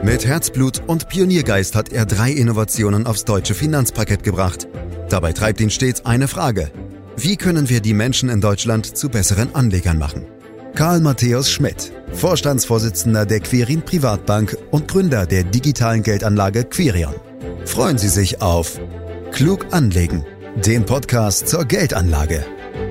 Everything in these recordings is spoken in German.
Mit Herzblut und Pioniergeist hat er 3 Innovationen aufs deutsche Finanzparkett gebracht. Dabei treibt ihn stets eine Frage: Wie können wir die Menschen in Deutschland zu besseren Anlegern machen? Karl Matthäus Schmidt, Vorstandsvorsitzender der Quirin Privatbank und Gründer der digitalen Geldanlage Quirion. Freuen Sie sich auf Klug anlegen, den Podcast zur Geldanlage.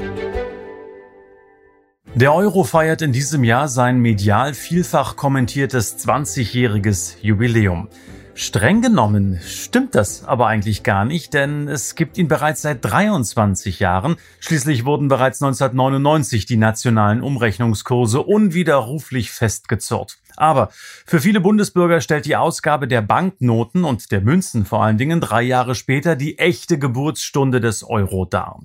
Der Euro feiert in diesem Jahr sein medial vielfach kommentiertes 20-jähriges Jubiläum. Streng genommen stimmt das aber eigentlich gar nicht, denn es gibt ihn bereits seit 23 Jahren. Schließlich wurden bereits 1999 die nationalen Umrechnungskurse unwiderruflich festgezurrt. Aber für viele Bundesbürger stellt die Ausgabe der Banknoten und der Münzen vor allen Dingen 3 Jahre später die echte Geburtsstunde des Euro dar.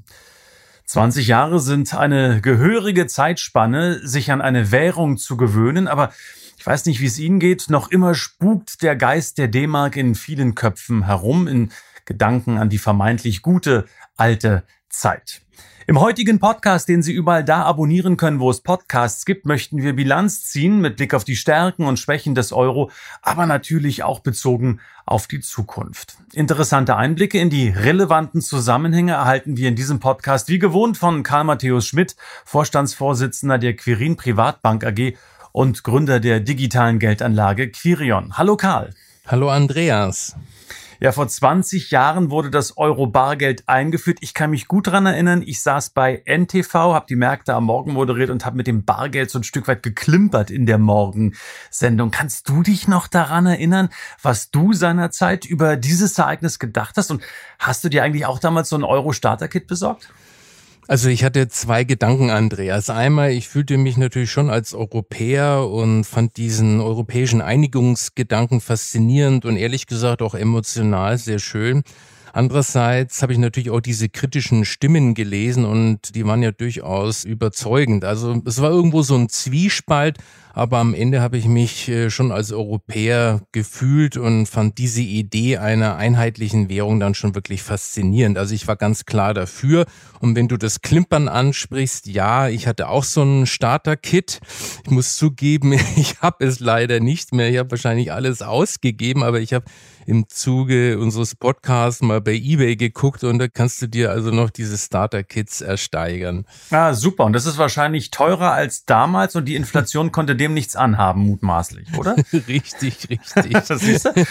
20 Jahre sind eine gehörige Zeitspanne, sich an eine Währung zu gewöhnen, aber ich weiß nicht, wie es Ihnen geht, noch immer spukt der Geist der D-Mark in vielen Köpfen herum, in Gedanken an die vermeintlich gute, alte Zeit. Im heutigen Podcast, den Sie überall da abonnieren können, wo es Podcasts gibt, möchten wir Bilanz ziehen mit Blick auf die Stärken und Schwächen des Euro, aber natürlich auch bezogen auf die Zukunft. Interessante Einblicke in die relevanten Zusammenhänge erhalten wir in diesem Podcast wie gewohnt von Karl Matthäus Schmidt, Vorstandsvorsitzender der Quirin Privatbank AG und Gründer der digitalen Geldanlage Quirion. Hallo Karl. Hallo Andreas. Ja, vor 20 Jahren wurde das Euro-Bargeld eingeführt. Ich kann mich gut daran erinnern, ich saß bei NTV, habe die Märkte am Morgen moderiert und habe mit dem Bargeld so ein Stück weit geklimpert in der Morgensendung. Kannst du dich noch daran erinnern, was du seinerzeit über dieses Ereignis gedacht hast? Und hast du dir eigentlich auch damals so ein Euro-Starter-Kit besorgt? Also ich hatte 2 Gedanken, Andreas. Einmal, ich fühlte mich natürlich schon als Europäer und fand diesen europäischen Einigungsgedanken faszinierend und ehrlich gesagt auch emotional sehr schön. Andererseits habe ich natürlich auch diese kritischen Stimmen gelesen und die waren ja durchaus überzeugend. Also es war irgendwo so ein Zwiespalt, aber am Ende habe ich mich schon als Europäer gefühlt und fand diese Idee einer einheitlichen Währung dann schon wirklich faszinierend. Also ich war ganz klar dafür. Und wenn du das Klimpern ansprichst, ja, ich hatte auch so ein Starter-Kit. Ich muss zugeben, ich habe es leider nicht mehr. Ich habe wahrscheinlich alles ausgegeben, aber ich habe im Zuge unseres Podcasts mal bei eBay geguckt und da kannst du dir also noch diese Starter-Kits ersteigern. Ah, super. Und das ist wahrscheinlich teurer als damals und die Inflation konnte dem nichts anhaben, mutmaßlich, oder? Richtig. Das siehst du?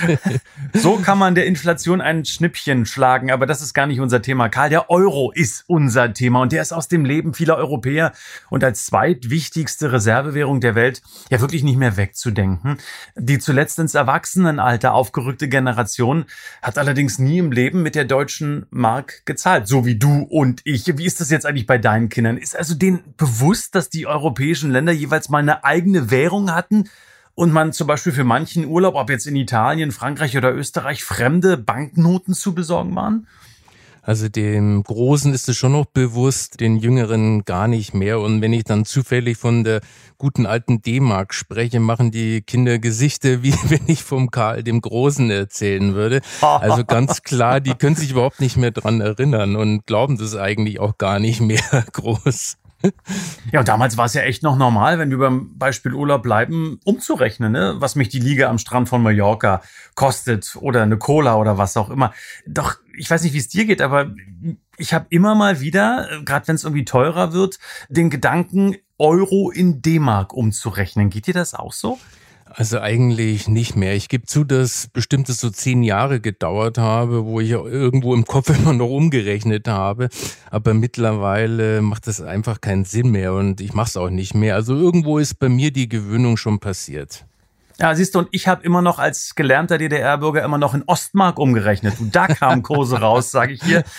So kann man der Inflation ein Schnippchen schlagen, aber das ist gar nicht unser Thema. Karl, der Euro ist unser Thema und der ist aus dem Leben vieler Europäer und als zweitwichtigste Reservewährung der Welt ja wirklich nicht mehr wegzudenken. Die zuletzt ins Erwachsenenalter aufgerückte Generation hat allerdings nie im Leben mit der deutschen Mark gezahlt, so wie du und ich. Wie ist das jetzt eigentlich bei deinen Kindern? Ist also denen bewusst, dass die europäischen Länder jeweils mal eine eigene Währung hatten und man zum Beispiel für manchen Urlaub, ob jetzt in Italien, Frankreich oder Österreich, fremde Banknoten zu besorgen waren? Also dem Großen ist es schon noch bewusst, den Jüngeren gar nicht mehr. Und wenn ich dann zufällig von der guten alten D-Mark spreche, machen die Kinder Gesichter, wie wenn ich vom Karl dem Großen erzählen würde. Also ganz klar, die können sich überhaupt nicht mehr dran erinnern und glauben das eigentlich auch gar nicht mehr groß. Ja, und damals war es ja echt noch normal, wenn wir beim Beispiel Urlaub bleiben, umzurechnen, ne? Was mich die Liege am Strand von Mallorca kostet oder eine Cola oder was auch immer. Doch, ich weiß nicht, wie es dir geht, aber ich habe immer mal wieder, gerade wenn es irgendwie teurer wird, den Gedanken, Euro in D-Mark umzurechnen. Geht dir das auch so? Also eigentlich nicht mehr. Ich gebe zu, dass bestimmt es so 10 Jahre gedauert habe, wo ich irgendwo im Kopf immer noch umgerechnet habe. Aber mittlerweile macht das einfach keinen Sinn mehr und ich mache es auch nicht mehr. Also irgendwo ist bei mir die Gewöhnung schon passiert. Ja, siehst du, und ich habe immer noch als gelernter DDR-Bürger immer noch in Ostmark umgerechnet. Du, da kamen Kurse raus, sage ich hier.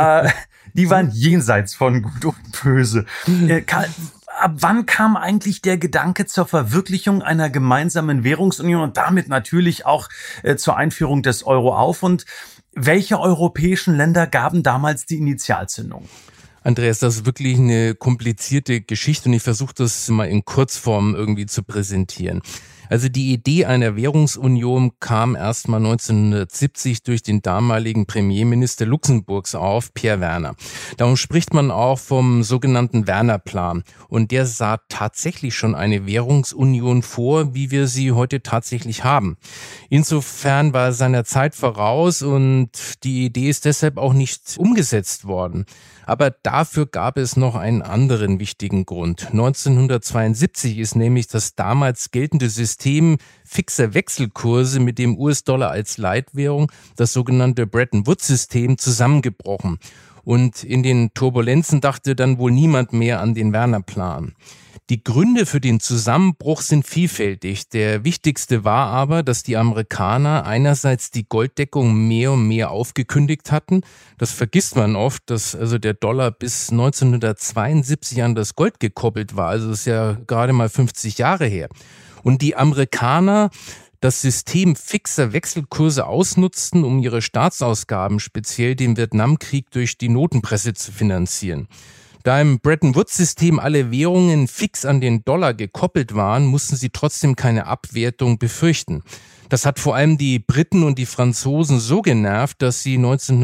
Die waren jenseits von Gut und Böse. Karl, ab wann kam eigentlich der Gedanke zur Verwirklichung einer gemeinsamen Währungsunion und damit natürlich auch zur Einführung des Euro auf? Und welche europäischen Länder gaben damals die Initialzündung? Andreas, das ist wirklich eine komplizierte Geschichte und ich versuche das mal in Kurzform irgendwie zu präsentieren. Also die Idee einer Währungsunion kam erst mal 1970 durch den damaligen Premierminister Luxemburgs auf, Pierre Werner. Darum spricht man auch vom sogenannten Werner-Plan. Und der sah tatsächlich schon eine Währungsunion vor, wie wir sie heute tatsächlich haben. Insofern war er seiner Zeit voraus und die Idee ist deshalb auch nicht umgesetzt worden. Aber dafür gab es noch einen anderen wichtigen Grund. 1972 ist nämlich das damals geltende System fixer Wechselkurse mit dem US-Dollar als Leitwährung, das sogenannte Bretton-Woods-System, zusammengebrochen. Und in den Turbulenzen dachte dann wohl niemand mehr an den Werner-Plan. Die Gründe für den Zusammenbruch sind vielfältig. Der wichtigste war aber, dass die Amerikaner einerseits die Golddeckung mehr und mehr aufgekündigt hatten. Das vergisst man oft, dass also der Dollar bis 1972 an das Gold gekoppelt war. Also das ist ja gerade mal 50 Jahre her. Und die Amerikaner das System fixer Wechselkurse ausnutzten, um ihre Staatsausgaben, speziell den Vietnamkrieg, durch die Notenpresse zu finanzieren. Da im Bretton-Woods-System alle Währungen fix an den Dollar gekoppelt waren, mussten sie trotzdem keine Abwertung befürchten. Das hat vor allem die Briten und die Franzosen so genervt, dass sie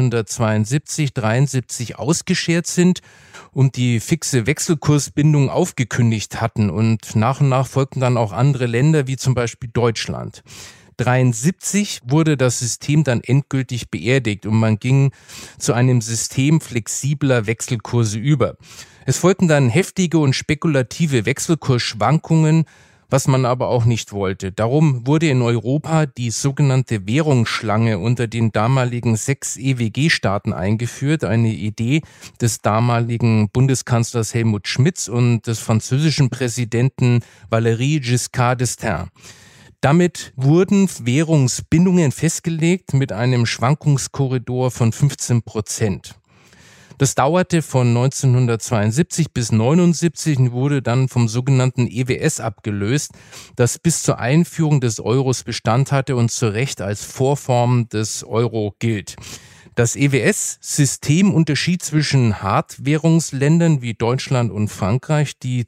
1972/73 ausgeschert sind und die fixe Wechselkursbindung aufgekündigt hatten. Und nach folgten dann auch andere Länder, wie zum Beispiel Deutschland. 1973 wurde das System dann endgültig beerdigt und man ging zu einem System flexibler Wechselkurse über. Es folgten dann heftige und spekulative Wechselkursschwankungen, was man aber auch nicht wollte. Darum wurde in Europa die sogenannte Währungsschlange unter den damaligen 6 EWG-Staaten eingeführt, eine Idee des damaligen Bundeskanzlers Helmut Schmidt und des französischen Präsidenten Valéry Giscard d'Estaing. Damit wurden Währungsbindungen festgelegt mit einem Schwankungskorridor von 15%. Das dauerte von 1972 bis 1979 und wurde dann vom sogenannten EWS abgelöst, das bis zur Einführung des Euros Bestand hatte und zu Recht als Vorform des Euro gilt. Das EWS-System unterschied zwischen Hartwährungsländern wie Deutschland und Frankreich, die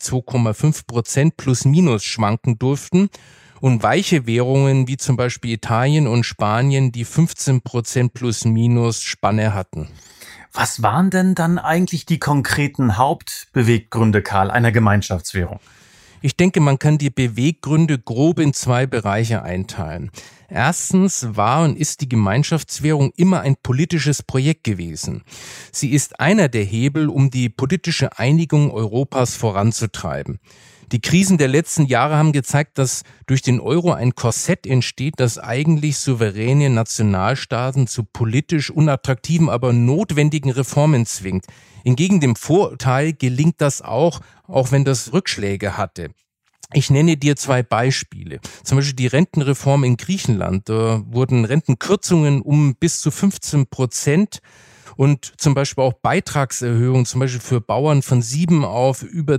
2,5% plus minus schwanken durften, und weiche Währungen wie zum Beispiel Italien und Spanien, die 15% plus minus Spanne hatten. Was waren denn dann eigentlich die konkreten Hauptbeweggründe, Karl, einer Gemeinschaftswährung? Ich denke, man kann die Beweggründe grob in 2 Bereiche einteilen. Erstens war und ist die Gemeinschaftswährung immer ein politisches Projekt gewesen. Sie ist einer der Hebel, um die politische Einigung Europas voranzutreiben. Die Krisen der letzten Jahre haben gezeigt, dass durch den Euro ein Korsett entsteht, das eigentlich souveräne Nationalstaaten zu politisch unattraktiven, aber notwendigen Reformen zwingt. Hingegen dem Vorteil gelingt das auch wenn das Rückschläge hatte. Ich nenne dir 2 Beispiele. Zum Beispiel die Rentenreform in Griechenland. Da wurden Rentenkürzungen um bis zu 15% und zum Beispiel auch Beitragserhöhungen, zum Beispiel für Bauern von 7 auf über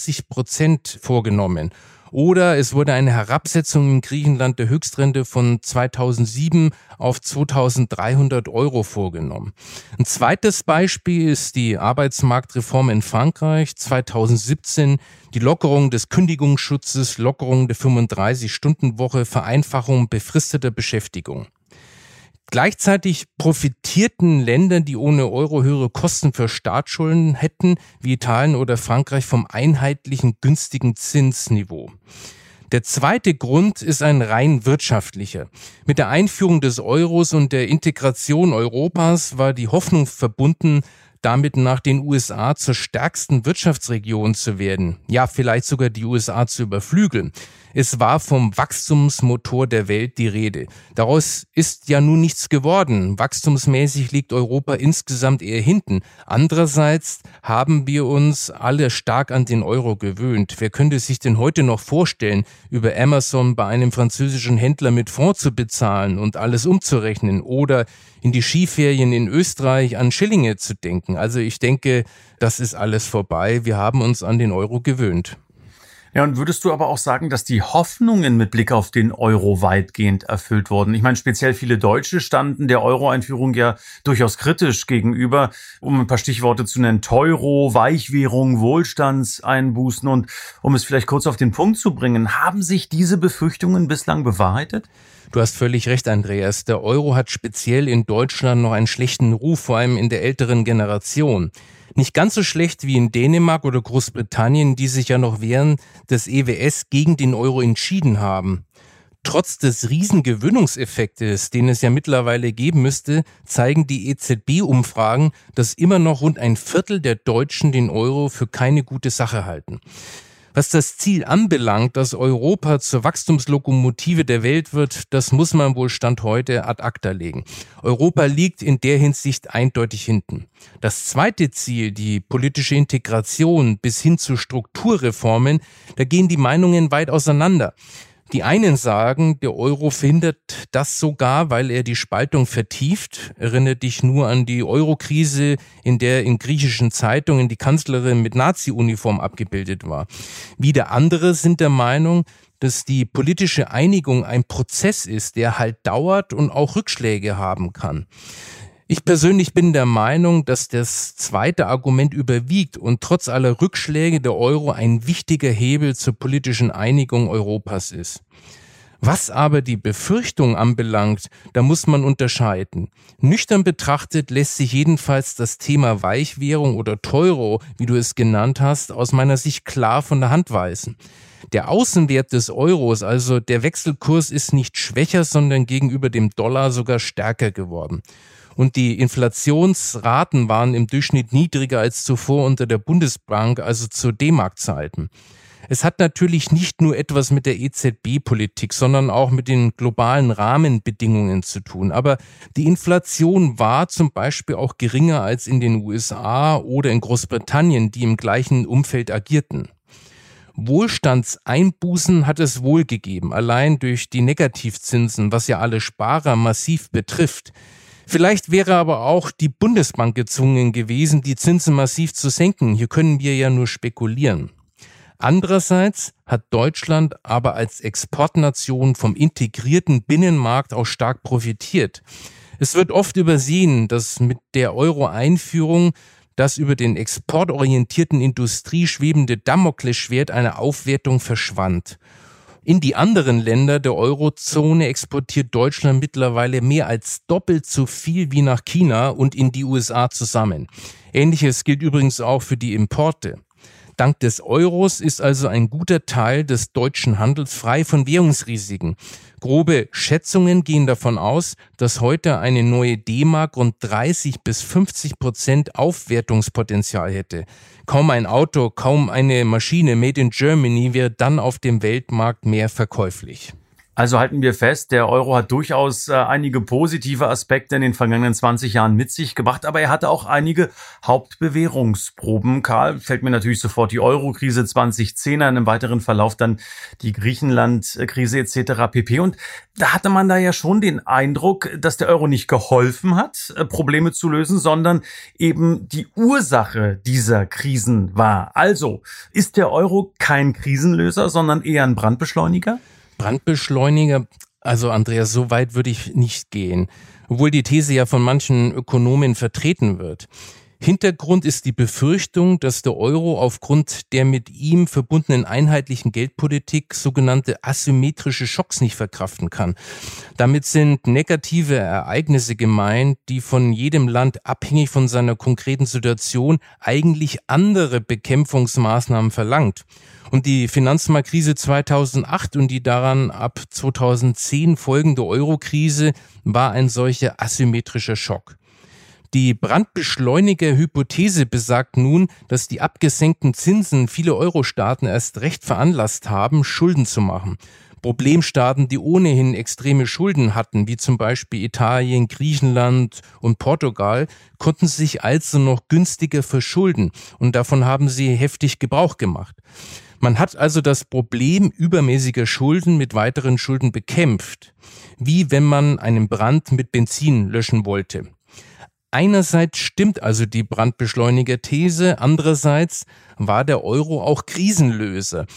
20% vorgenommen. Oder es wurde eine Herabsetzung in Griechenland der Höchstrente von 2007 auf 2.300 € vorgenommen. Ein zweites Beispiel ist die Arbeitsmarktreform in Frankreich 2017, die Lockerung des Kündigungsschutzes, Lockerung der 35-Stunden-Woche, Vereinfachung befristeter Beschäftigung. Gleichzeitig profitierten Länder, die ohne Euro höhere Kosten für Staatsschulden hätten, wie Italien oder Frankreich, vom einheitlichen günstigen Zinsniveau. Der zweite Grund ist ein rein wirtschaftlicher. Mit der Einführung des Euros und der Integration Europas war die Hoffnung verbunden, damit nach den USA zur stärksten Wirtschaftsregion zu werden. Ja, vielleicht sogar die USA zu überflügeln. Es war vom Wachstumsmotor der Welt die Rede. Daraus ist ja nun nichts geworden. Wachstumsmäßig liegt Europa insgesamt eher hinten. Andererseits haben wir uns alle stark an den Euro gewöhnt. Wer könnte sich denn heute noch vorstellen, über Amazon bei einem französischen Händler mit Fonds zu bezahlen und alles umzurechnen oder in die Skiferien in Österreich an Schillinge zu denken? Also ich denke, das ist alles vorbei. Wir haben uns an den Euro gewöhnt. Ja, und würdest du aber auch sagen, dass die Hoffnungen mit Blick auf den Euro weitgehend erfüllt wurden? Ich meine, speziell viele Deutsche standen der Euro-Einführung ja durchaus kritisch gegenüber, um ein paar Stichworte zu nennen: Teuro, Weichwährung, Wohlstandseinbußen. Und um es vielleicht kurz auf den Punkt zu bringen, haben sich diese Befürchtungen bislang bewahrheitet? Du hast völlig recht, Andreas. Der Euro hat speziell in Deutschland noch einen schlechten Ruf, vor allem in der älteren Generation. Nicht ganz so schlecht wie in Dänemark oder Großbritannien, die sich ja noch während des EWS gegen den Euro entschieden haben. Trotz des Riesengewinnungseffektes, den es ja mittlerweile geben müsste, zeigen die EZB-Umfragen, dass immer noch rund ein Viertel der Deutschen den Euro für keine gute Sache halten. Was das Ziel anbelangt, dass Europa zur Wachstumslokomotive der Welt wird, das muss man wohl Stand heute ad acta legen. Europa liegt in der Hinsicht eindeutig hinten. Das zweite Ziel, die politische Integration bis hin zu Strukturreformen, da gehen die Meinungen weit auseinander. Die einen sagen, der Euro verhindert das sogar, weil er die Spaltung vertieft. Erinnere dich nur an die Euro-Krise, in der in griechischen Zeitungen die Kanzlerin mit Nazi-Uniform abgebildet war. Wieder andere sind der Meinung, dass die politische Einigung ein Prozess ist, der halt dauert und auch Rückschläge haben kann. Ich persönlich bin der Meinung, dass das zweite Argument überwiegt und trotz aller Rückschläge der Euro ein wichtiger Hebel zur politischen Einigung Europas ist. Was aber die Befürchtung anbelangt, da muss man unterscheiden. Nüchtern betrachtet lässt sich jedenfalls das Thema Weichwährung oder Teuro, wie du es genannt hast, aus meiner Sicht klar von der Hand weisen. Der Außenwert des Euros, also der Wechselkurs, ist nicht schwächer, sondern gegenüber dem Dollar sogar stärker geworden. Und die Inflationsraten waren im Durchschnitt niedriger als zuvor unter der Bundesbank, also zu D-Mark-Zeiten. Es hat natürlich nicht nur etwas mit der EZB-Politik, sondern auch mit den globalen Rahmenbedingungen zu tun. Aber die Inflation war zum Beispiel auch geringer als in den USA oder in Großbritannien, die im gleichen Umfeld agierten. Wohlstandseinbußen hat es wohl gegeben, allein durch die Negativzinsen, was ja alle Sparer massiv betrifft. Vielleicht wäre aber auch die Bundesbank gezwungen gewesen, die Zinsen massiv zu senken. Hier können wir ja nur spekulieren. Andererseits hat Deutschland aber als Exportnation vom integrierten Binnenmarkt auch stark profitiert. Es wird oft übersehen, dass mit der Euro-Einführung das über den exportorientierten Industrie schwebende Damoklesschwert einer Aufwertung verschwand. In die anderen Länder der Eurozone exportiert Deutschland mittlerweile mehr als doppelt so viel wie nach China und in die USA zusammen. Ähnliches gilt übrigens auch für die Importe. Dank des Euros ist also ein guter Teil des deutschen Handels frei von Währungsrisiken. Grobe Schätzungen gehen davon aus, dass heute eine neue D-Mark rund 30-50% Aufwertungspotenzial hätte. Kaum ein Auto, kaum eine Maschine made in Germany wäre dann auf dem Weltmarkt mehr verkäuflich. Also halten wir fest, der Euro hat durchaus einige positive Aspekte in den vergangenen 20 Jahren mit sich gebracht, aber er hatte auch einige Hauptbewährungsproben. Karl, fällt mir natürlich sofort die Euro-Krise 2010 an, im weiteren Verlauf dann die Griechenland-Krise etc. pp. Und da hatte man da ja schon den Eindruck, dass der Euro nicht geholfen hat, Probleme zu lösen, sondern eben die Ursache dieser Krisen war. Also, ist der Euro kein Krisenlöser, sondern eher ein Brandbeschleuniger? Brandbeschleuniger, also Andreas, so weit würde ich nicht gehen, obwohl die These ja von manchen Ökonomen vertreten wird. Hintergrund ist die Befürchtung, dass der Euro aufgrund der mit ihm verbundenen einheitlichen Geldpolitik sogenannte asymmetrische Schocks nicht verkraften kann. Damit sind negative Ereignisse gemeint, die von jedem Land abhängig von seiner konkreten Situation eigentlich andere Bekämpfungsmaßnahmen verlangt. Und die Finanzmarktkrise 2008 und die daran ab 2010 folgende Euro-Krise war ein solcher asymmetrischer Schock. Die Brandbeschleuniger-Hypothese besagt nun, dass die abgesenkten Zinsen viele Euro-Staaten erst recht veranlasst haben, Schulden zu machen. Problemstaaten, die ohnehin extreme Schulden hatten, wie zum Beispiel Italien, Griechenland und Portugal, konnten sich also noch günstiger verschulden und davon haben sie heftig Gebrauch gemacht. Man hat also das Problem übermäßiger Schulden mit weiteren Schulden bekämpft, wie wenn man einen Brand mit Benzin löschen wollte. Einerseits stimmt also die Brandbeschleuniger-These, andererseits war der Euro auch Krisenlöser.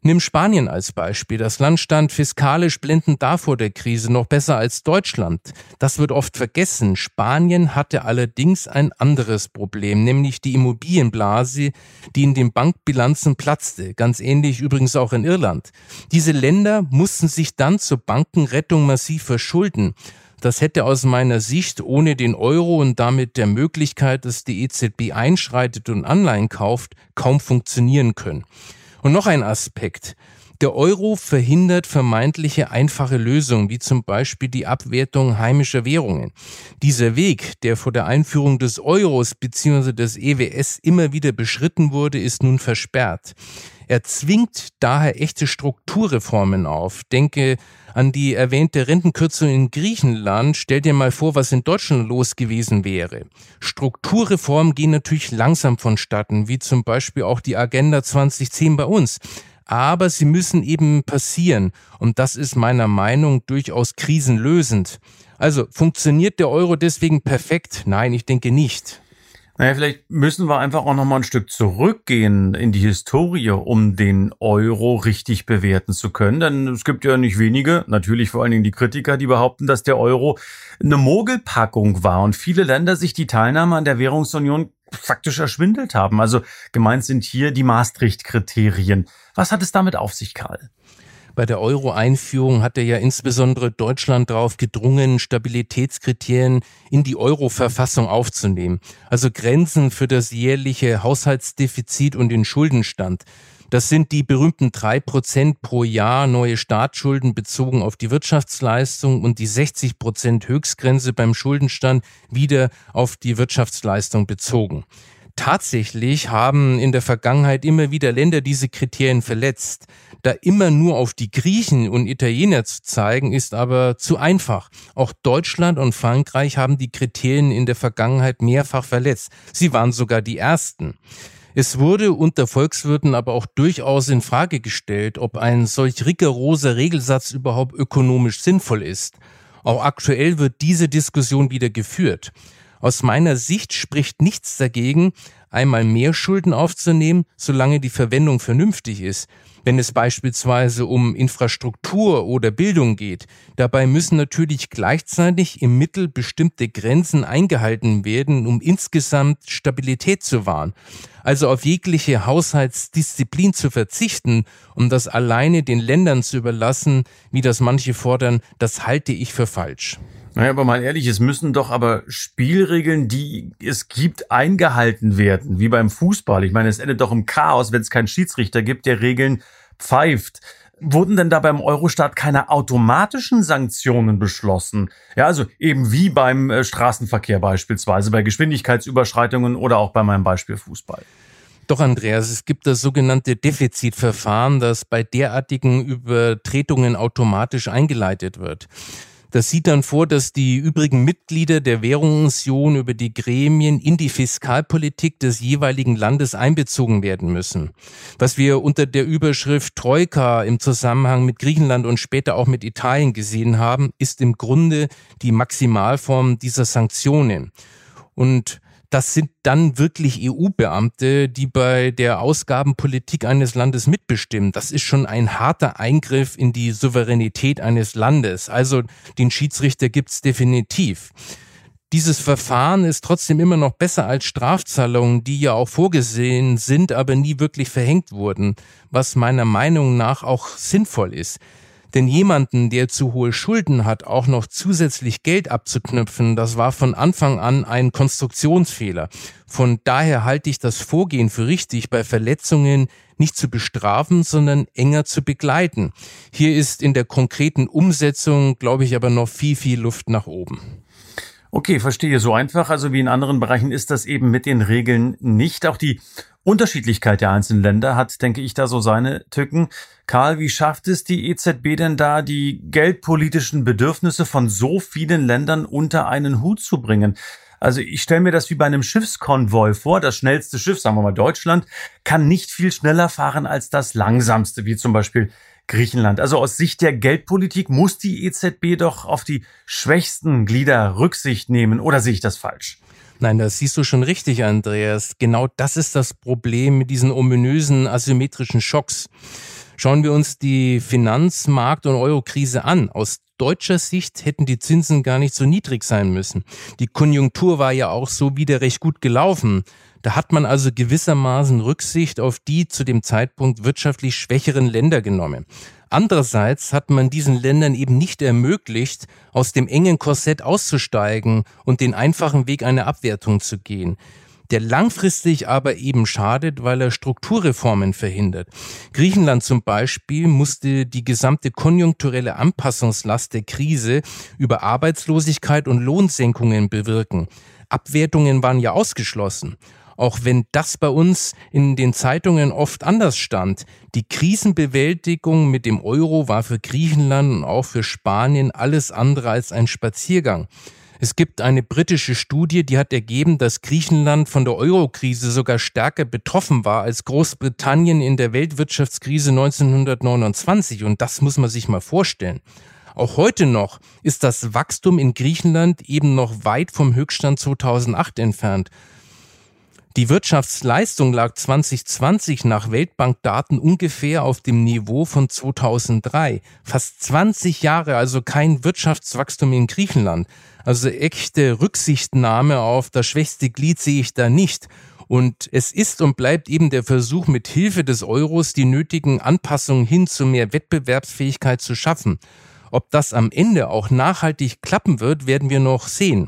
Nimm Spanien als Beispiel. Das Land stand fiskalisch blendend da vor der Krise, noch besser als Deutschland. Das wird oft vergessen. Spanien hatte allerdings ein anderes Problem, nämlich die Immobilienblase, die in den Bankbilanzen platzte. Ganz ähnlich übrigens auch in Irland. Diese Länder mussten sich dann zur Bankenrettung massiv verschulden. Das hätte aus meiner Sicht ohne den Euro und damit der Möglichkeit, dass die EZB einschreitet und Anleihen kauft, kaum funktionieren können. Und noch ein Aspekt. Der Euro verhindert vermeintliche einfache Lösungen, wie zum Beispiel die Abwertung heimischer Währungen. Dieser Weg, der vor der Einführung des Euros bzw. des EWS immer wieder beschritten wurde, ist nun versperrt. Er zwingt daher echte Strukturreformen auf. Denke an die erwähnte Rentenkürzung in Griechenland. Stell dir mal vor, was in Deutschland los gewesen wäre. Strukturreformen gehen natürlich langsam vonstatten, wie zum Beispiel auch die Agenda 2010 bei uns. Aber sie müssen eben passieren. Und das ist meiner Meinung nach durchaus krisenlösend. Also, funktioniert der Euro deswegen perfekt? Nein, ich denke nicht. Naja, vielleicht müssen wir einfach auch noch mal ein Stück zurückgehen in die Historie, um den Euro richtig bewerten zu können. Denn es gibt ja nicht wenige, natürlich vor allen Dingen die Kritiker, die behaupten, dass der Euro eine Mogelpackung war und viele Länder sich die Teilnahme an der Währungsunion faktisch erschwindelt haben. Also gemeint sind hier die Maastricht-Kriterien. Was hat es damit auf sich, Karl? Bei der Euro-Einführung hatte ja insbesondere Deutschland darauf gedrungen, Stabilitätskriterien in die Euro-Verfassung aufzunehmen. Also Grenzen für das jährliche Haushaltsdefizit und den Schuldenstand. Das sind die berühmten 3% pro Jahr neue Staatsschulden bezogen auf die Wirtschaftsleistung und die 60% Höchstgrenze beim Schuldenstand wieder auf die Wirtschaftsleistung bezogen. Tatsächlich haben in der Vergangenheit immer wieder Länder diese Kriterien verletzt. Da immer nur auf die Griechen und Italiener zu zeigen, ist aber zu einfach. Auch Deutschland und Frankreich haben die Kriterien in der Vergangenheit mehrfach verletzt. Sie waren sogar die Ersten. Es wurde unter Volkswirten aber auch durchaus in Frage gestellt, ob ein solch rigoroser Regelsatz überhaupt ökonomisch sinnvoll ist. Auch aktuell wird diese Diskussion wieder geführt. Aus meiner Sicht spricht nichts dagegen, einmal mehr Schulden aufzunehmen, solange die Verwendung vernünftig ist. Wenn es beispielsweise um Infrastruktur oder Bildung geht, dabei müssen natürlich gleichzeitig im Mittel bestimmte Grenzen eingehalten werden, um insgesamt Stabilität zu wahren. Also auf jegliche Haushaltsdisziplin zu verzichten, um das alleine den Ländern zu überlassen, wie das manche fordern, das halte ich für falsch. Naja, aber mal ehrlich, es müssen doch aber Spielregeln, die es gibt, eingehalten werden, wie beim Fußball. Ich meine, es endet doch im Chaos, wenn es keinen Schiedsrichter gibt, der Regeln pfeift. Wurden denn da beim Eurostat keine automatischen Sanktionen beschlossen? Ja, also eben wie beim Straßenverkehr beispielsweise, bei Geschwindigkeitsüberschreitungen oder auch bei meinem Beispiel Fußball. Doch, Andreas, es gibt das sogenannte Defizitverfahren, das bei derartigen Übertretungen automatisch eingeleitet wird. Das sieht dann vor, dass die übrigen Mitglieder der Währungsunion über die Gremien in die Fiskalpolitik des jeweiligen Landes einbezogen werden müssen. Was wir unter der Überschrift Troika im Zusammenhang mit Griechenland und später auch mit Italien gesehen haben, ist im Grunde die Maximalform dieser Sanktionen. Und das sind dann wirklich EU-Beamte, die bei der Ausgabenpolitik eines Landes mitbestimmen. Das ist schon ein harter Eingriff in die Souveränität eines Landes. Also den Schiedsrichter gibt's definitiv. Dieses Verfahren ist trotzdem immer noch besser als Strafzahlungen, die ja auch vorgesehen sind, aber nie wirklich verhängt wurden, was meiner Meinung nach auch sinnvoll ist. Denn jemanden, der zu hohe Schulden hat, auch noch zusätzlich Geld abzuknüpfen, das war von Anfang an ein Konstruktionsfehler. Von daher halte ich das Vorgehen für richtig, bei Verletzungen nicht zu bestrafen, sondern enger zu begleiten. Hier ist in der konkreten Umsetzung, glaube ich, aber noch viel Luft nach oben. Okay, verstehe. So einfach, also wie in anderen Bereichen, ist das eben mit den Regeln nicht. Auch die Unterschiedlichkeit der einzelnen Länder hat, denke ich, da so seine Tücken. Karl, wie schafft es die EZB denn da, die geldpolitischen Bedürfnisse von so vielen Ländern unter einen Hut zu bringen? Also ich stelle mir das wie bei einem Schiffskonvoi vor. Das schnellste Schiff, sagen wir mal Deutschland, kann nicht viel schneller fahren als das langsamste, wie zum Beispiel Griechenland. Also aus Sicht der Geldpolitik muss die EZB doch auf die schwächsten Glieder Rücksicht nehmen. Oder sehe ich das falsch? Nein, das siehst du schon richtig, Andreas. Genau das ist das Problem mit diesen ominösen asymmetrischen Schocks. Schauen wir uns die Finanzmarkt- und Eurokrise an. Aus deutscher Sicht hätten die Zinsen gar nicht so niedrig sein müssen. Die Konjunktur war ja auch so wieder recht gut gelaufen. Da hat man also gewissermaßen Rücksicht auf die zu dem Zeitpunkt wirtschaftlich schwächeren Länder genommen. Andererseits hat man diesen Ländern eben nicht ermöglicht, aus dem engen Korsett auszusteigen und den einfachen Weg einer Abwertung zu gehen, der langfristig aber eben schadet, weil er Strukturreformen verhindert. Griechenland zum Beispiel musste die gesamte konjunkturelle Anpassungslast der Krise über Arbeitslosigkeit und Lohnsenkungen bewirken. Abwertungen waren ja ausgeschlossen. Auch wenn das bei uns in den Zeitungen oft anders stand. Die Krisenbewältigung mit dem Euro war für Griechenland und auch für Spanien alles andere als ein Spaziergang. Es gibt eine britische Studie, die hat ergeben, dass Griechenland von der Eurokrise sogar stärker betroffen war als Großbritannien in der Weltwirtschaftskrise 1929. Und das muss man sich mal vorstellen. Auch heute noch ist das Wachstum in Griechenland eben noch weit vom Höchststand 2008 entfernt. Die Wirtschaftsleistung lag 2020 nach Weltbankdaten ungefähr auf dem Niveau von 2003. Fast 20 Jahre, also kein Wirtschaftswachstum in Griechenland. Also echte Rücksichtnahme auf das schwächste Glied sehe ich da nicht. Und es ist und bleibt eben der Versuch, mit Hilfe des Euros die nötigen Anpassungen hin zu mehr Wettbewerbsfähigkeit zu schaffen. Ob das am Ende auch nachhaltig klappen wird, werden wir noch sehen.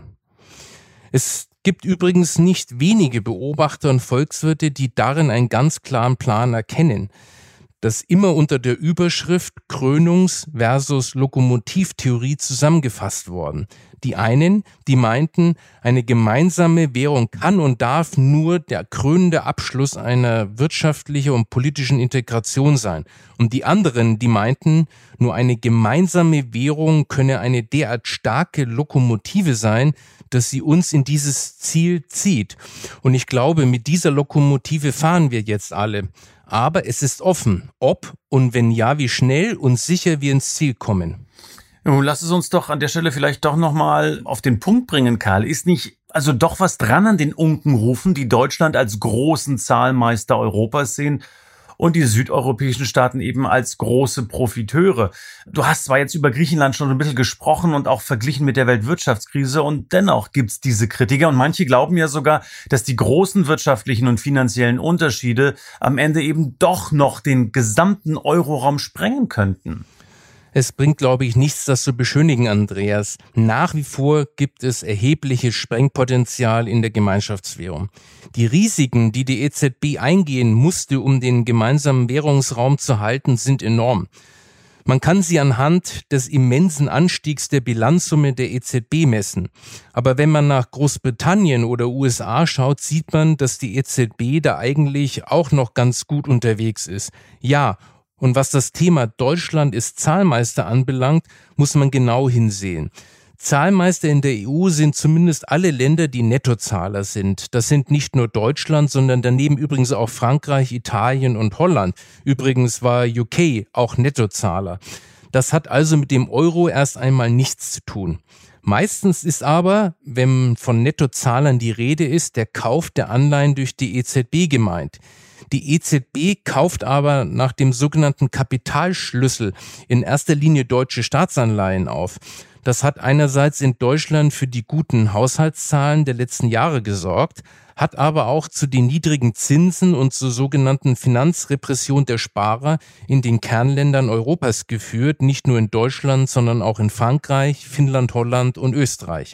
Es gibt übrigens nicht wenige Beobachter und Volkswirte, die darin einen ganz klaren Plan erkennen. Das immer unter der Überschrift Krönungs- versus Lokomotivtheorie zusammengefasst worden. Die einen, die meinten, eine gemeinsame Währung kann und darf nur der krönende Abschluss einer wirtschaftlichen und politischen Integration sein. Und die anderen, die meinten, nur eine gemeinsame Währung könne eine derart starke Lokomotive sein, dass sie uns in dieses Ziel zieht. Und ich glaube, mit dieser Lokomotive fahren wir jetzt alle. Aber es ist offen, ob und wenn ja, wie schnell und sicher wir ins Ziel kommen. Nun, lass es uns doch an der Stelle vielleicht doch nochmal auf den Punkt bringen, Karl. Ist nicht also doch was dran an den Unkenrufen, die Deutschland als großen Zahlmeister Europas sehen und die südeuropäischen Staaten eben als große Profiteure? Du hast zwar jetzt über Griechenland schon ein bisschen gesprochen und auch verglichen mit der Weltwirtschaftskrise, und dennoch gibt's diese Kritiker und manche glauben ja sogar, dass die großen wirtschaftlichen und finanziellen Unterschiede am Ende eben doch noch den gesamten Euroraum sprengen könnten. Es bringt, glaube ich, nichts, das zu beschönigen, Andreas. Nach wie vor gibt es erhebliches Sprengpotenzial in der Gemeinschaftswährung. Die Risiken, die die EZB eingehen musste, um den gemeinsamen Währungsraum zu halten, sind enorm. Man kann sie anhand des immensen Anstiegs der Bilanzsumme der EZB messen. Aber wenn man nach Großbritannien oder USA schaut, sieht man, dass die EZB da eigentlich auch noch ganz gut unterwegs ist. Ja, und was das Thema Deutschland ist Zahlmeister anbelangt, muss man genau hinsehen. Zahlmeister in der EU sind zumindest alle Länder, die Nettozahler sind. Das sind nicht nur Deutschland, sondern daneben übrigens auch Frankreich, Italien und Holland. Übrigens war UK auch Nettozahler. Das hat also mit dem Euro erst einmal nichts zu tun. Meistens ist aber, wenn von Nettozahlern die Rede ist, der Kauf der Anleihen durch die EZB gemeint. Die EZB kauft aber nach dem sogenannten Kapitalschlüssel in erster Linie deutsche Staatsanleihen auf. Das hat einerseits in Deutschland für die guten Haushaltszahlen der letzten Jahre gesorgt, hat aber auch zu den niedrigen Zinsen und zur sogenannten Finanzrepression der Sparer in den Kernländern Europas geführt, nicht nur in Deutschland, sondern auch in Frankreich, Finnland, Holland und Österreich.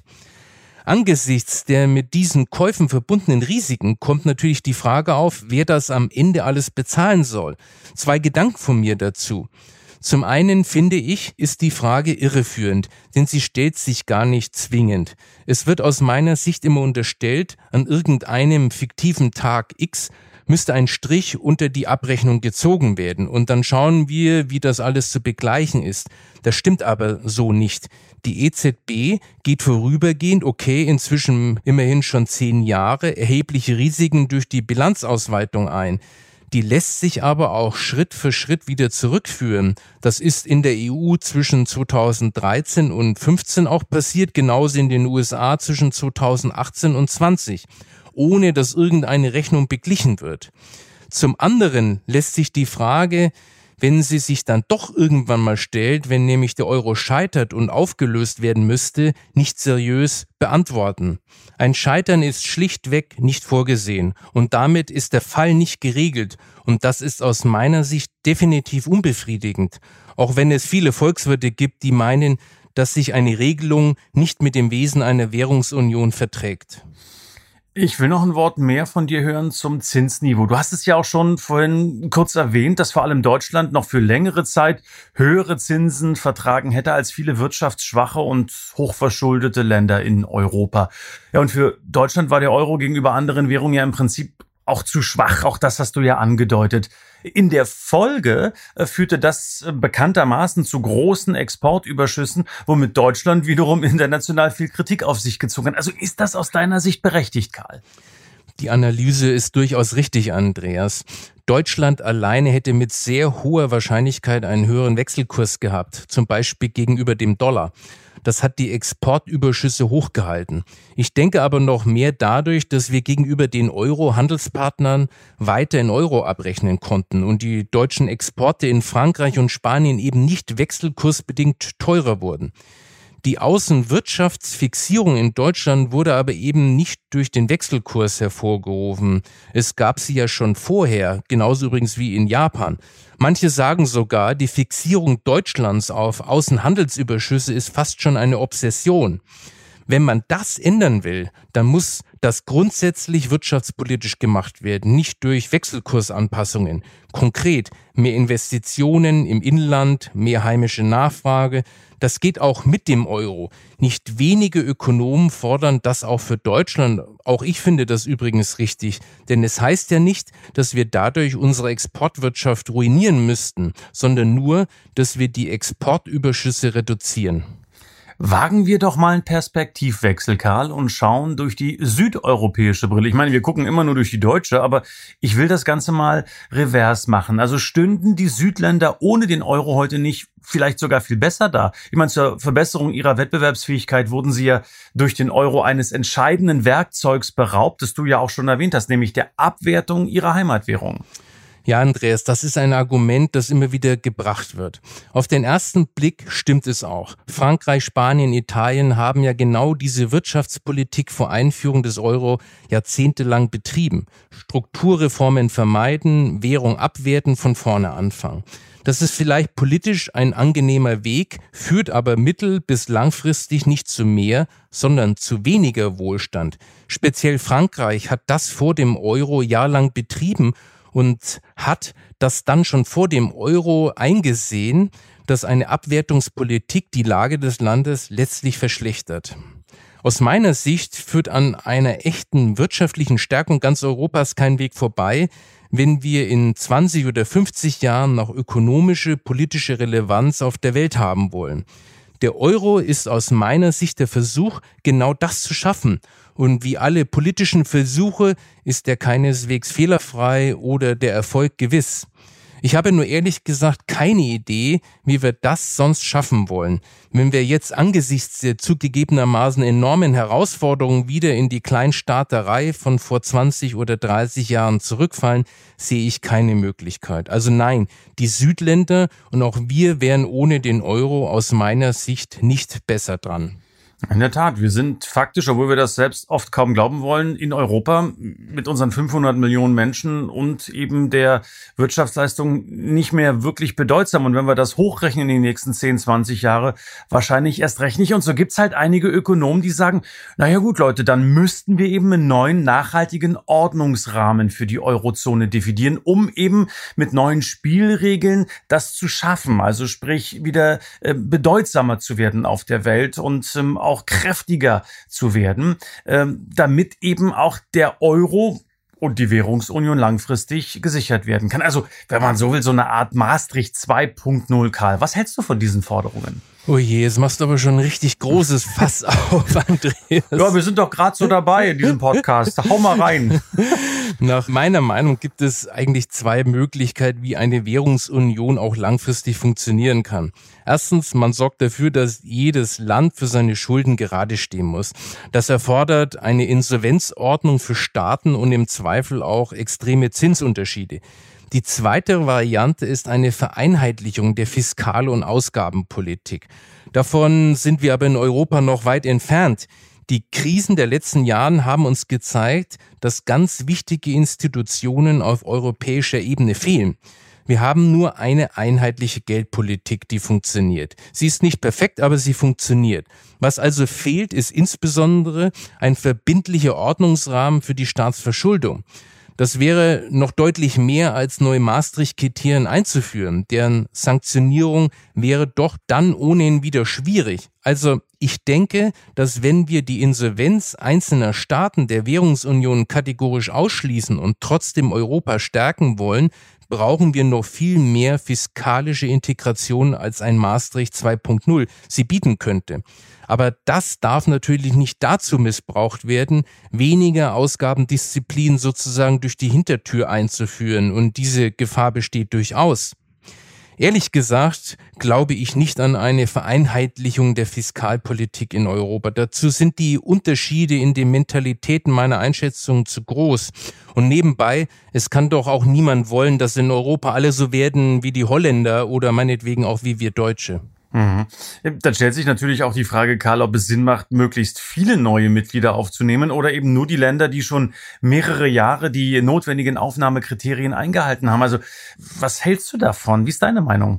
Angesichts der mit diesen Käufen verbundenen Risiken kommt natürlich die Frage auf, wer das am Ende alles bezahlen soll. 2 Gedanken von mir dazu. Zum einen, finde ich, ist die Frage irreführend, denn sie stellt sich gar nicht zwingend. Es wird aus meiner Sicht immer unterstellt, an irgendeinem fiktiven Tag X müsste ein Strich unter die Abrechnung gezogen werden und dann schauen wir, wie das alles zu begleichen ist. Das stimmt aber so nicht. Die EZB geht vorübergehend, inzwischen immerhin schon 10 Jahre, erhebliche Risiken durch die Bilanzausweitung ein. Die lässt sich aber auch Schritt für Schritt wieder zurückführen. Das ist in der EU zwischen 2013 und 2015 auch passiert, genauso in den USA zwischen 2018 und 2020, ohne dass irgendeine Rechnung beglichen wird. Zum anderen lässt sich die Frage, wenn sie sich dann doch irgendwann mal stellt, wenn nämlich der Euro scheitert und aufgelöst werden müsste, nicht seriös beantworten. Ein Scheitern ist schlichtweg nicht vorgesehen und damit ist der Fall nicht geregelt und das ist aus meiner Sicht definitiv unbefriedigend, auch wenn es viele Volkswirte gibt, die meinen, dass sich eine Regelung nicht mit dem Wesen einer Währungsunion verträgt. Ich will noch ein Wort mehr von dir hören zum Zinsniveau. Du hast es ja auch schon vorhin kurz erwähnt, dass vor allem Deutschland noch für längere Zeit höhere Zinsen vertragen hätte als viele wirtschaftsschwache und hochverschuldete Länder in Europa. Ja, und für Deutschland war der Euro gegenüber anderen Währungen ja im Prinzip auch zu schwach. Auch das hast du ja angedeutet. In der Folge führte das bekanntermaßen zu großen Exportüberschüssen, womit Deutschland wiederum international viel Kritik auf sich gezogen hat. Also ist das aus deiner Sicht berechtigt, Karl? Die Analyse ist durchaus richtig, Andreas. Deutschland alleine hätte mit sehr hoher Wahrscheinlichkeit einen höheren Wechselkurs gehabt, zum Beispiel gegenüber dem Dollar. Das hat die Exportüberschüsse hochgehalten. Ich denke aber noch mehr dadurch, dass wir gegenüber den Euro-Handelspartnern weiter in Euro abrechnen konnten und die deutschen Exporte in Frankreich und Spanien eben nicht wechselkursbedingt teurer wurden. Die Außenwirtschaftsfixierung in Deutschland wurde aber eben nicht durch den Wechselkurs hervorgerufen. Es gab sie ja schon vorher, genauso übrigens wie in Japan. Manche sagen sogar, die Fixierung Deutschlands auf Außenhandelsüberschüsse ist fast schon eine Obsession. Wenn man das ändern will, dann muss das grundsätzlich wirtschaftspolitisch gemacht werden, nicht durch Wechselkursanpassungen. Konkret mehr Investitionen im Inland, mehr heimische Nachfrage. Das geht auch mit dem Euro. Nicht wenige Ökonomen fordern das auch für Deutschland. Auch ich finde das übrigens richtig. Denn es heißt ja nicht, dass wir dadurch unsere Exportwirtschaft ruinieren müssten, sondern nur, dass wir die Exportüberschüsse reduzieren. Wagen wir doch mal einen Perspektivwechsel, Karl, und schauen durch die südeuropäische Brille. Ich meine, wir gucken immer nur durch die deutsche, aber ich will das Ganze mal revers machen. Also stünden die Südländer ohne den Euro heute nicht vielleicht sogar viel besser da? Ich meine, zur Verbesserung ihrer Wettbewerbsfähigkeit wurden sie ja durch den Euro eines entscheidenden Werkzeugs beraubt, das du ja auch schon erwähnt hast, nämlich der Abwertung ihrer Heimatwährung. Ja, Andreas, das ist ein Argument, das immer wieder gebracht wird. Auf den ersten Blick stimmt es auch. Frankreich, Spanien, Italien haben ja genau diese Wirtschaftspolitik vor Einführung des Euro jahrzehntelang betrieben. Strukturreformen vermeiden, Währung abwerten, von vorne anfangen. Das ist vielleicht politisch ein angenehmer Weg, führt aber mittel- bis langfristig nicht zu mehr, sondern zu weniger Wohlstand. Speziell Frankreich hat das vor dem Euro jahrelang betrieben und hat das dann schon vor dem Euro eingesehen, dass eine Abwertungspolitik die Lage des Landes letztlich verschlechtert. Aus meiner Sicht führt an einer echten wirtschaftlichen Stärkung ganz Europas kein Weg vorbei, wenn wir in 20 oder 50 Jahren noch ökonomische, politische Relevanz auf der Welt haben wollen. Der Euro ist aus meiner Sicht der Versuch, genau das zu schaffen. Und wie alle politischen Versuche ist er keineswegs fehlerfrei oder der Erfolg gewiss. Ich habe nur ehrlich gesagt keine Idee, wie wir das sonst schaffen wollen. Wenn wir jetzt angesichts der zugegebenermaßen enormen Herausforderungen wieder in die Kleinstaaterei von vor 20 oder 30 Jahren zurückfallen, sehe ich keine Möglichkeit. Also nein, die Südländer und auch wir wären ohne den Euro aus meiner Sicht nicht besser dran. In der Tat, wir sind faktisch, obwohl wir das selbst oft kaum glauben wollen, in Europa mit unseren 500 Millionen Menschen und eben der Wirtschaftsleistung nicht mehr wirklich bedeutsam. Und wenn wir das hochrechnen in die nächsten 10, 20 Jahre, wahrscheinlich erst recht nicht. Und so gibt's halt einige Ökonomen, die sagen, naja gut Leute, dann müssten wir eben einen neuen, nachhaltigen Ordnungsrahmen für die Eurozone definieren, um eben mit neuen Spielregeln das zu schaffen. Also sprich, wieder bedeutsamer zu werden auf der Welt und auch kräftiger zu werden, damit eben auch der Euro und die Währungsunion langfristig gesichert werden kann. Also, wenn man so will, so eine Art Maastricht 2.0, Karl. Was hältst du von diesen Forderungen? Oh je, jetzt machst du aber schon ein richtig großes Fass auf, Andreas. Ja, wir sind doch gerade so dabei in diesem Podcast. Hau mal rein. Nach meiner Meinung gibt es eigentlich zwei Möglichkeiten, wie eine Währungsunion auch langfristig funktionieren kann. Erstens, man sorgt dafür, dass jedes Land für seine Schulden gerade stehen muss. Das erfordert eine Insolvenzordnung für Staaten und im Zweifel auch extreme Zinsunterschiede. Die zweite Variante ist eine Vereinheitlichung der Fiskal- und Ausgabenpolitik. Davon sind wir aber in Europa noch weit entfernt. Die Krisen der letzten Jahre haben uns gezeigt, dass ganz wichtige Institutionen auf europäischer Ebene fehlen. Wir haben nur eine einheitliche Geldpolitik, die funktioniert. Sie ist nicht perfekt, aber sie funktioniert. Was also fehlt, ist insbesondere ein verbindlicher Ordnungsrahmen für die Staatsverschuldung. Das wäre noch deutlich mehr als neue Maastricht-Kriterien einzuführen. Deren Sanktionierung wäre doch dann ohnehin wieder schwierig. Also ich denke, dass wenn wir die Insolvenz einzelner Staaten der Währungsunion kategorisch ausschließen und trotzdem Europa stärken wollen, brauchen wir noch viel mehr fiskalische Integration als ein Maastricht 2.0 sie bieten könnte. Aber das darf natürlich nicht dazu missbraucht werden, weniger Ausgabendisziplin sozusagen durch die Hintertür einzuführen. Und diese Gefahr besteht durchaus. Ehrlich gesagt glaube ich nicht an eine Vereinheitlichung der Fiskalpolitik in Europa. Dazu sind die Unterschiede in den Mentalitäten meiner Einschätzung zu groß. Und nebenbei, es kann doch auch niemand wollen, dass in Europa alle so werden wie die Holländer oder meinetwegen auch wie wir Deutsche. Mhm. Dann stellt sich natürlich auch die Frage, Karl, ob es Sinn macht, möglichst viele neue Mitglieder aufzunehmen oder eben nur die Länder, die schon mehrere Jahre die notwendigen Aufnahmekriterien eingehalten haben. Also was hältst du davon? Wie ist deine Meinung?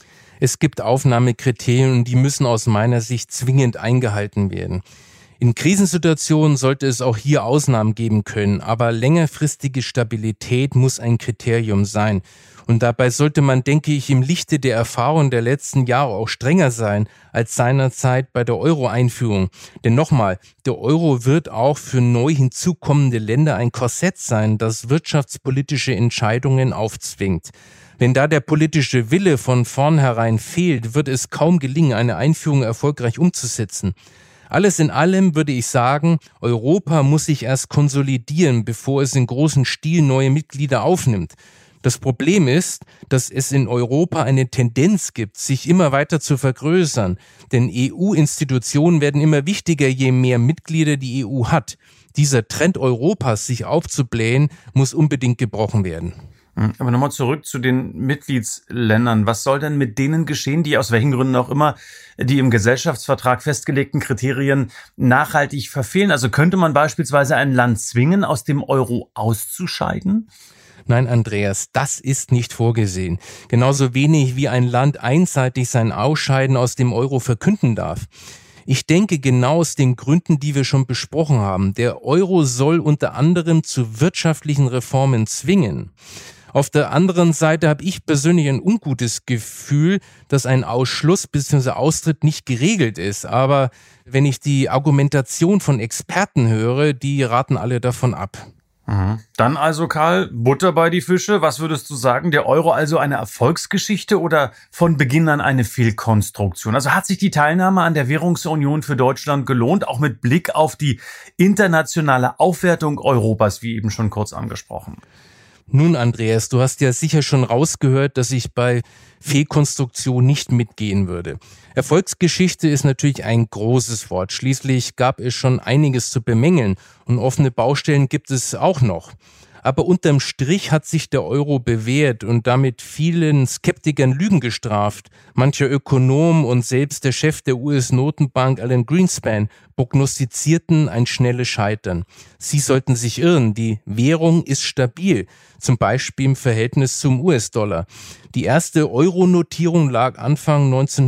Es gibt Aufnahmekriterien und die müssen aus meiner Sicht zwingend eingehalten werden. In Krisensituationen sollte es auch hier Ausnahmen geben können, aber längerfristige Stabilität muss ein Kriterium sein. Und dabei sollte man, denke ich, im Lichte der Erfahrungen der letzten Jahre auch strenger sein als seinerzeit bei der Euro-Einführung. Denn nochmal, der Euro wird auch für neu hinzukommende Länder ein Korsett sein, das wirtschaftspolitische Entscheidungen aufzwingt. Wenn da der politische Wille von vornherein fehlt, wird es kaum gelingen, eine Einführung erfolgreich umzusetzen. Alles in allem würde ich sagen, Europa muss sich erst konsolidieren, bevor es in großem Stil neue Mitglieder aufnimmt. Das Problem ist, dass es in Europa eine Tendenz gibt, sich immer weiter zu vergrößern. Denn EU-Institutionen werden immer wichtiger, je mehr Mitglieder die EU hat. Dieser Trend Europas, sich aufzublähen, muss unbedingt gebrochen werden. Aber nochmal zurück zu den Mitgliedsländern. Was soll denn mit denen geschehen, die aus welchen Gründen auch immer die im Gesellschaftsvertrag festgelegten Kriterien nachhaltig verfehlen? Also könnte man beispielsweise ein Land zwingen, aus dem Euro auszuscheiden? Nein, Andreas, das ist nicht vorgesehen. Genauso wenig wie ein Land einseitig sein Ausscheiden aus dem Euro verkünden darf. Ich denke genau aus den Gründen, die wir schon besprochen haben. Der Euro soll unter anderem zu wirtschaftlichen Reformen zwingen. Auf der anderen Seite habe ich persönlich ein ungutes Gefühl, dass ein Ausschluss bzw. Austritt nicht geregelt ist. Aber wenn ich die Argumentation von Experten höre, die raten alle davon ab. Dann also, Karl, Butter bei die Fische. Was würdest du sagen? Der Euro also eine Erfolgsgeschichte oder von Beginn an eine Fehlkonstruktion? Also hat sich die Teilnahme an der Währungsunion für Deutschland gelohnt, auch mit Blick auf die internationale Aufwertung Europas, wie eben schon kurz angesprochen? Nun, Andreas, du hast ja sicher schon rausgehört, dass ich bei Fehlkonstruktion nicht mitgehen würde. Erfolgsgeschichte ist natürlich ein großes Wort. Schließlich gab es schon einiges zu bemängeln und offene Baustellen gibt es auch noch. Aber unterm Strich hat sich der Euro bewährt und damit vielen Skeptikern Lügen gestraft. Mancher Ökonom und selbst der Chef der US-Notenbank Alan Greenspan prognostizierten ein schnelles Scheitern. Sie sollten sich irren, die Währung ist stabil, zum Beispiel im Verhältnis zum US-Dollar. Die erste Euro-Notierung lag Anfang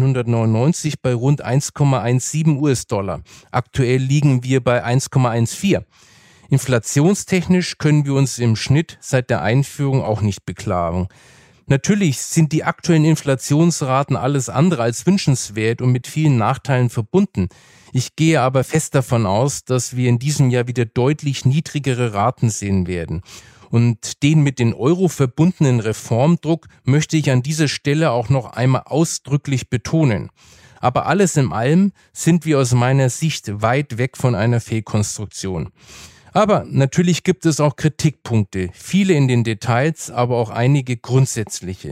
1999 bei rund 1,17 US-Dollar. Aktuell liegen wir bei 1,14. Inflationstechnisch können wir uns im Schnitt seit der Einführung auch nicht beklagen. Natürlich sind die aktuellen Inflationsraten alles andere als wünschenswert und mit vielen Nachteilen verbunden. Ich gehe aber fest davon aus, dass wir in diesem Jahr wieder deutlich niedrigere Raten sehen werden. Und den mit den Euro verbundenen Reformdruck möchte ich an dieser Stelle auch noch einmal ausdrücklich betonen. Aber alles in allem sind wir aus meiner Sicht weit weg von einer Fehlkonstruktion. Aber natürlich gibt es auch Kritikpunkte, viele in den Details, aber auch einige grundsätzliche.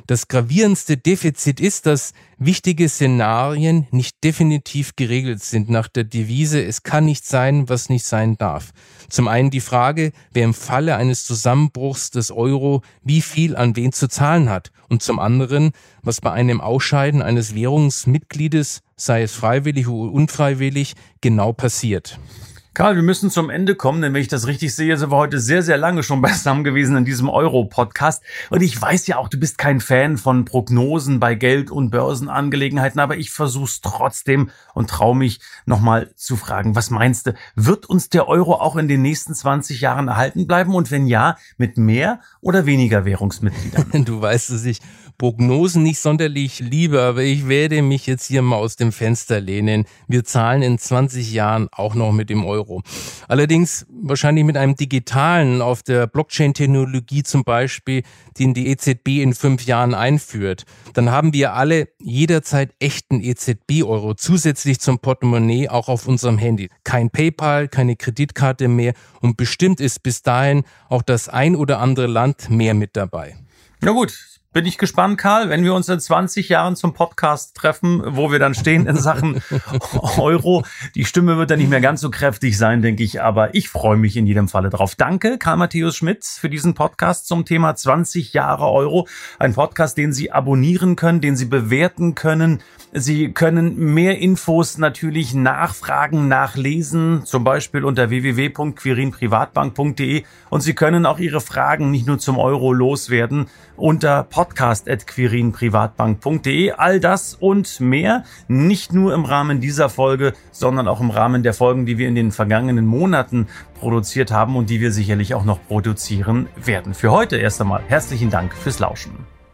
Das gravierendste Defizit ist, dass wichtige Szenarien nicht definitiv geregelt sind nach der Devise, es kann nicht sein, was nicht sein darf. Zum einen die Frage, wer im Falle eines Zusammenbruchs des Euro wie viel an wen zu zahlen hat. Und zum anderen, was bei einem Ausscheiden eines Währungsmitgliedes, sei es freiwillig oder unfreiwillig, genau passiert. Karl, wir müssen zum Ende kommen, denn wenn ich das richtig sehe, sind wir heute sehr, sehr lange schon beisammen gewesen in diesem Euro-Podcast. Und ich weiß ja auch, du bist kein Fan von Prognosen bei Geld- und Börsenangelegenheiten, aber ich versuch's trotzdem und traue mich nochmal zu fragen, was meinst du, wird uns der Euro auch in den nächsten 20 Jahren erhalten bleiben? Und wenn ja, mit mehr oder weniger Währungsmitgliedern? Du weißt, dass ich Prognosen nicht sonderlich liebe, aber ich werde mich jetzt hier mal aus dem Fenster lehnen. Wir zahlen in 20 Jahren auch noch mit dem Euro. Allerdings wahrscheinlich mit einem digitalen, auf der Blockchain-Technologie zum Beispiel, den die EZB in 5 Jahren einführt. Dann haben wir alle jederzeit echten EZB-Euro zusätzlich zum Portemonnaie auch auf unserem Handy. Kein PayPal, keine Kreditkarte mehr und bestimmt ist bis dahin auch das ein oder andere Land mehr mit dabei. Na gut. Bin ich gespannt, Karl, wenn wir uns in 20 Jahren zum Podcast treffen, wo wir dann stehen in Sachen Euro. Die Stimme wird dann nicht mehr ganz so kräftig sein, denke ich, aber ich freue mich in jedem Falle drauf. Danke, Karl Matthäus Schmidt, für diesen Podcast zum Thema 20 Jahre Euro. Ein Podcast, den Sie abonnieren können, den Sie bewerten können. Sie können mehr Infos natürlich nachfragen, nachlesen, zum Beispiel unter www.quirinprivatbank.de und Sie können auch Ihre Fragen nicht nur zum Euro loswerden unter podcast@quirinprivatbank.de. All das und mehr, nicht nur im Rahmen dieser Folge, sondern auch im Rahmen der Folgen, die wir in den vergangenen Monaten produziert haben und die wir sicherlich auch noch produzieren werden. Für heute erst einmal herzlichen Dank fürs Lauschen.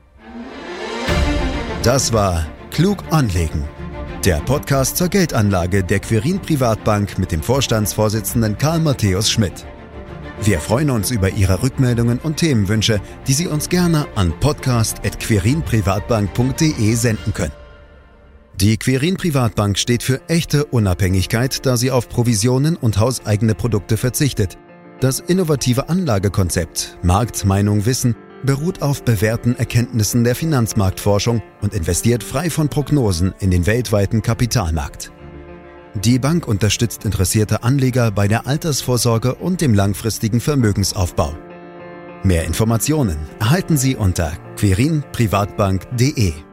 Das war Klug anlegen. Der Podcast zur Geldanlage der Quirin Privatbank mit dem Vorstandsvorsitzenden Karl Matthäus Schmidt. Wir freuen uns über Ihre Rückmeldungen und Themenwünsche, die Sie uns gerne an podcast@quirinprivatbank.de senden können. Die Quirin Privatbank steht für echte Unabhängigkeit, da sie auf Provisionen und hauseigene Produkte verzichtet. Das innovative Anlagekonzept Markt, Meinung, Wissen beruht auf bewährten Erkenntnissen der Finanzmarktforschung und investiert frei von Prognosen in den weltweiten Kapitalmarkt. Die Bank unterstützt interessierte Anleger bei der Altersvorsorge und dem langfristigen Vermögensaufbau. Mehr Informationen erhalten Sie unter quirinprivatbank.de.